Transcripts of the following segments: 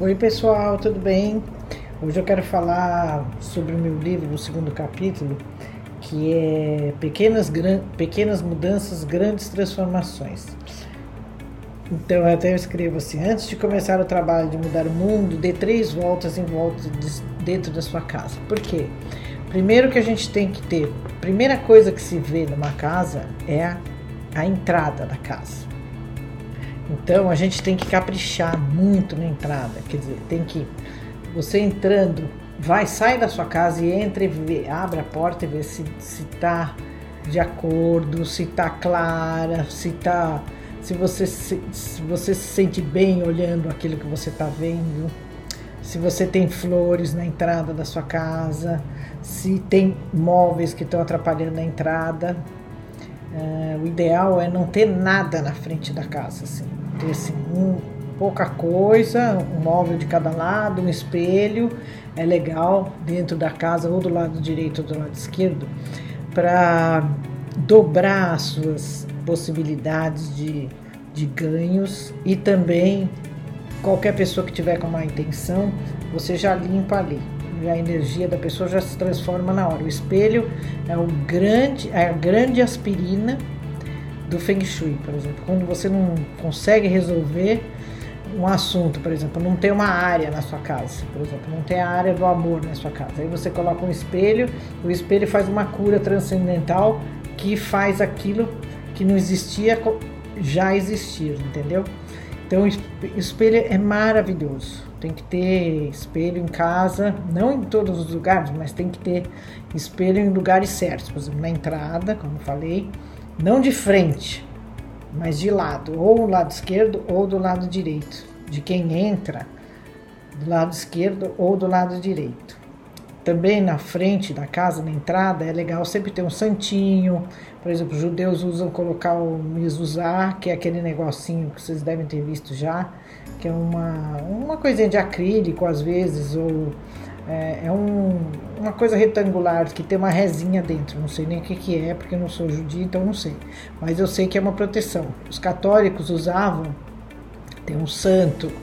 Oi pessoal, tudo bem? Hoje eu quero falar sobre o meu livro, o segundo capítulo, que é Pequenas Mudanças, Grandes Transformações. Então eu até escrevo assim: antes de começar o trabalho de mudar o mundo, dê 3 voltas em volta dentro da sua casa. Por quê? Primeiro que a gente tem que ter, primeira coisa que se vê numa casa é a entrada da casa. Então a gente tem que caprichar muito na entrada, quer dizer, tem que, você entrando, sai da sua casa e entra e vê, abre a porta e vê se tá de acordo, se tá clara, se você se sente bem olhando aquilo que você tá vendo, se você tem flores na entrada da sua casa, se tem móveis que estão atrapalhando a entrada. O ideal é não ter nada na frente da casa, assim, ter assim, pouca coisa, um móvel de cada lado, um espelho, é legal dentro da casa, ou do lado direito ou do lado esquerdo, para dobrar as suas possibilidades de ganhos, e também qualquer pessoa que tiver com má intenção, você já limpa ali. A energia da pessoa já se transforma na hora. O espelho é a grande aspirina do Feng Shui, por exemplo. Quando você não consegue resolver um assunto, por exemplo, não tem uma área na sua casa, por exemplo, não tem a área do amor na sua casa. Aí você coloca um espelho, o espelho faz uma cura transcendental que faz aquilo que não existia já existir, entendeu? Então, o espelho é maravilhoso. Tem que ter espelho em casa, não em todos os lugares, mas tem que ter espelho em lugares certos. Por exemplo, na entrada, como eu falei, não de frente, mas de lado, ou do lado esquerdo ou do lado direito. De quem entra, do lado esquerdo ou do lado direito. Também na frente da casa, na entrada, é legal sempre ter um santinho. Por exemplo, os judeus usam colocar o mezuzá, que é aquele negocinho que vocês devem ter visto já, que é uma coisinha de acrílico às vezes, ou uma coisa retangular que tem uma rezinha dentro. Não sei nem o que é, porque eu não sou judia, então não sei. Mas eu sei que é uma proteção. Os católicos usavam, tem um santo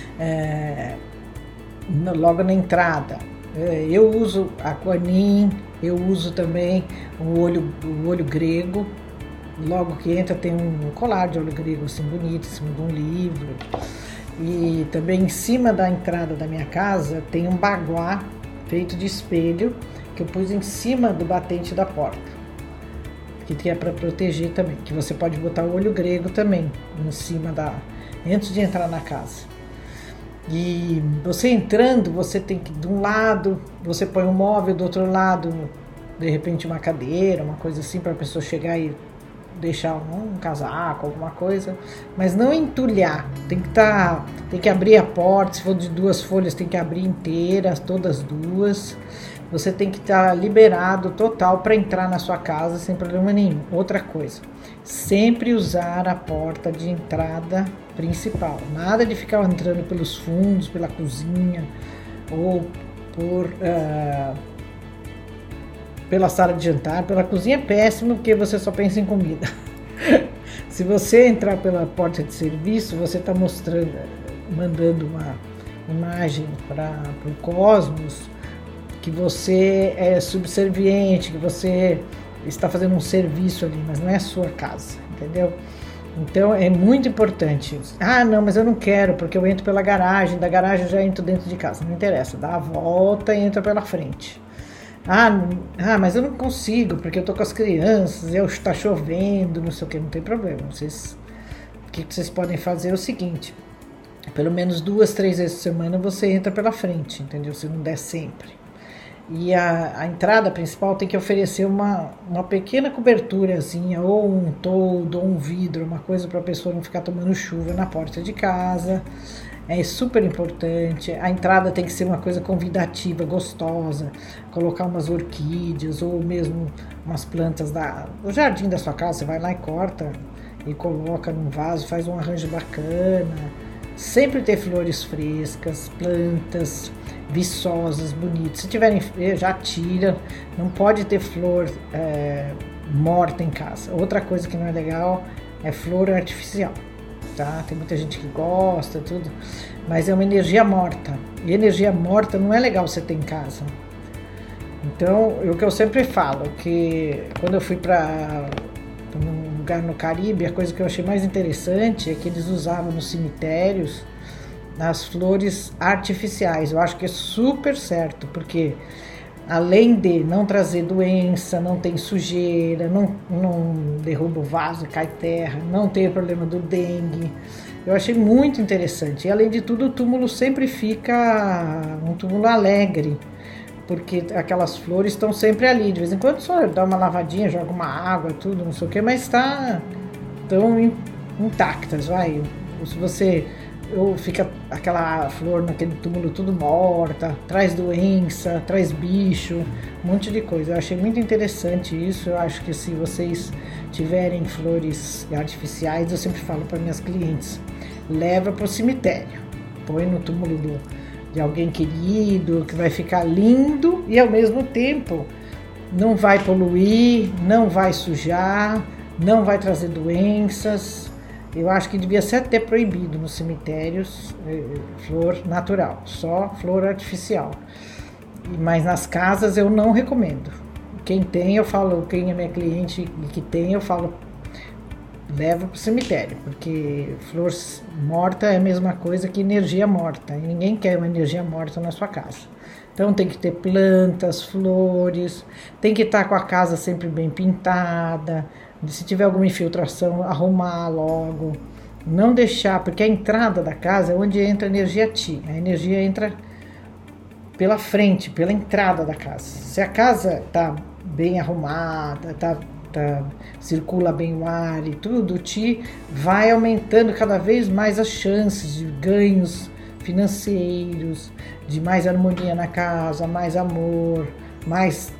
logo na entrada. Eu uso aquanim, eu uso também o olho grego. Logo que entra tem um colar de olho grego assim bonito, em cima de um livro. E também em cima da entrada da minha casa tem um baguá feito de espelho que eu pus em cima do batente da porta, que é para proteger também, que você pode botar o olho grego também em cima antes de entrar na casa. E você entrando, você tem que, de um lado, você põe um móvel, do outro lado, de repente uma cadeira, uma coisa assim, para a pessoa chegar e deixar um casaco, alguma coisa, mas não entulhar. Tem que abrir a porta, se for de 2 folhas, tem que abrir inteiras, todas 2. Você tem que estar liberado total para entrar na sua casa sem problema nenhum. Outra coisa, sempre usar a porta de entrada principal. Nada de ficar entrando pelos fundos, pela cozinha ou pela sala de jantar. Pela cozinha é péssimo, porque você só pensa em comida. Se você entrar pela porta de serviço, você está mandando uma imagem para o cosmos que você é subserviente, que você está fazendo um serviço ali, mas não é a sua casa, entendeu? Então é muito importante. Não, mas eu não quero, porque eu entro pela garagem, da garagem eu já entro dentro de casa. Não interessa, dá a volta e entra pela frente. Mas eu não consigo, porque eu tô com as crianças, está chovendo, não sei o que, não tem problema. O que vocês podem fazer é o seguinte: pelo menos 2, 3 vezes por semana você entra pela frente, entendeu? Se não der sempre. E a entrada principal tem que oferecer uma pequena coberturazinha, ou um toldo, ou um vidro, uma coisa para a pessoa não ficar tomando chuva na porta de casa. É super importante. A entrada tem que ser uma coisa convidativa, gostosa. Colocar umas orquídeas ou mesmo umas plantas do jardim da sua casa. Você vai lá e corta e coloca num vaso, faz um arranjo bacana. Sempre ter flores frescas, plantas viçosas, bonitas. Se tiverem, já tira. Não pode ter flor morta em casa. Outra coisa que não é legal é flor artificial. tá? Tem muita gente que gosta, tudo, mas é uma energia morta. E energia morta não é legal você ter em casa. Então, o que eu sempre falo, que quando eu fui para um lugar no Caribe, a coisa que eu achei mais interessante é que eles usavam nos cemitérios as flores artificiais. Eu acho que é super certo, porque além de não trazer doença, não tem sujeira, não derruba o vaso e cai terra, não tem o problema do dengue. Eu achei muito interessante. E além de tudo, o túmulo sempre fica um túmulo alegre, porque aquelas flores estão sempre ali. De vez em quando só dá uma lavadinha, joga uma água, tudo, não sei o que, mas estão intactas, vai. Se você ou fica aquela flor naquele túmulo tudo morta, traz doença, traz bicho, um monte de coisa. Eu achei muito interessante isso. Eu acho que se vocês tiverem flores artificiais, eu sempre falo para minhas clientes, leva para o cemitério, põe no túmulo de alguém querido, que vai ficar lindo e ao mesmo tempo não vai poluir, não vai sujar, não vai trazer doenças. Eu acho que devia ser até proibido nos cemitérios flor natural, só flor artificial. Mas nas casas eu não recomendo. Quem tem, eu falo, quem é minha cliente e que tem, eu falo, leva para o cemitério, porque flor morta é a mesma coisa que energia morta, e ninguém quer uma energia morta na sua casa. Então tem que ter plantas, flores, tem que estar com a casa sempre bem pintada, se tiver alguma infiltração, arrumar logo, não deixar, porque a entrada da casa é onde entra a energia Ti, a energia entra pela frente, pela entrada da casa. Se a casa está bem arrumada, circula bem o ar e tudo, o Ti vai aumentando cada vez mais as chances de ganhos financeiros, de mais harmonia na casa, mais amor, mais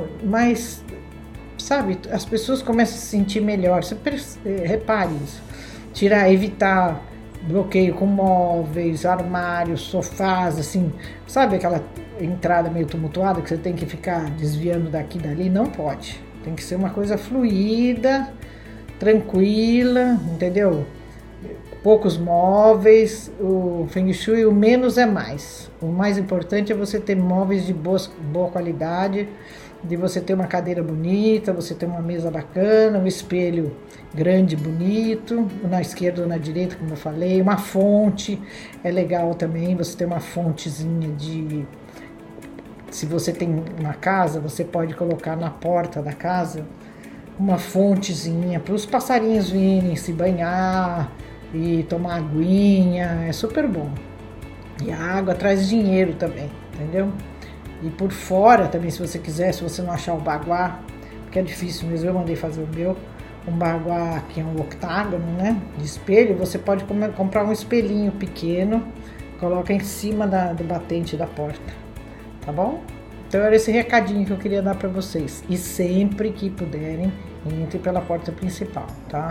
sabe, as pessoas começam a se sentir melhor. Você repare isso. Evitar bloqueio com móveis, armários, sofás, assim, sabe aquela entrada meio tumultuada que você tem que ficar desviando daqui e dali? Não pode. Tem que ser uma coisa fluida, tranquila, entendeu? Poucos móveis, o Feng Shui, o menos é mais. O mais importante é você ter móveis de boa qualidade, de você ter uma cadeira bonita, você ter uma mesa bacana, um espelho grande, bonito, na esquerda ou na direita, como eu falei, uma fonte, é legal também você ter uma fontezinha de... Se você tem uma casa, você pode colocar na porta da casa uma fontezinha para os passarinhos virem se banhar e tomar aguinha, é super bom. E a água traz dinheiro também, entendeu? E por fora também, se você quiser, se você não achar o baguá, porque é difícil mesmo, eu mandei fazer o meu, um baguá que é um octágono, né, de espelho, você pode comprar um espelhinho pequeno, coloca em cima do batente da porta, tá bom? Então era esse recadinho que eu queria dar para vocês. E sempre que puderem, entre pela porta principal, tá?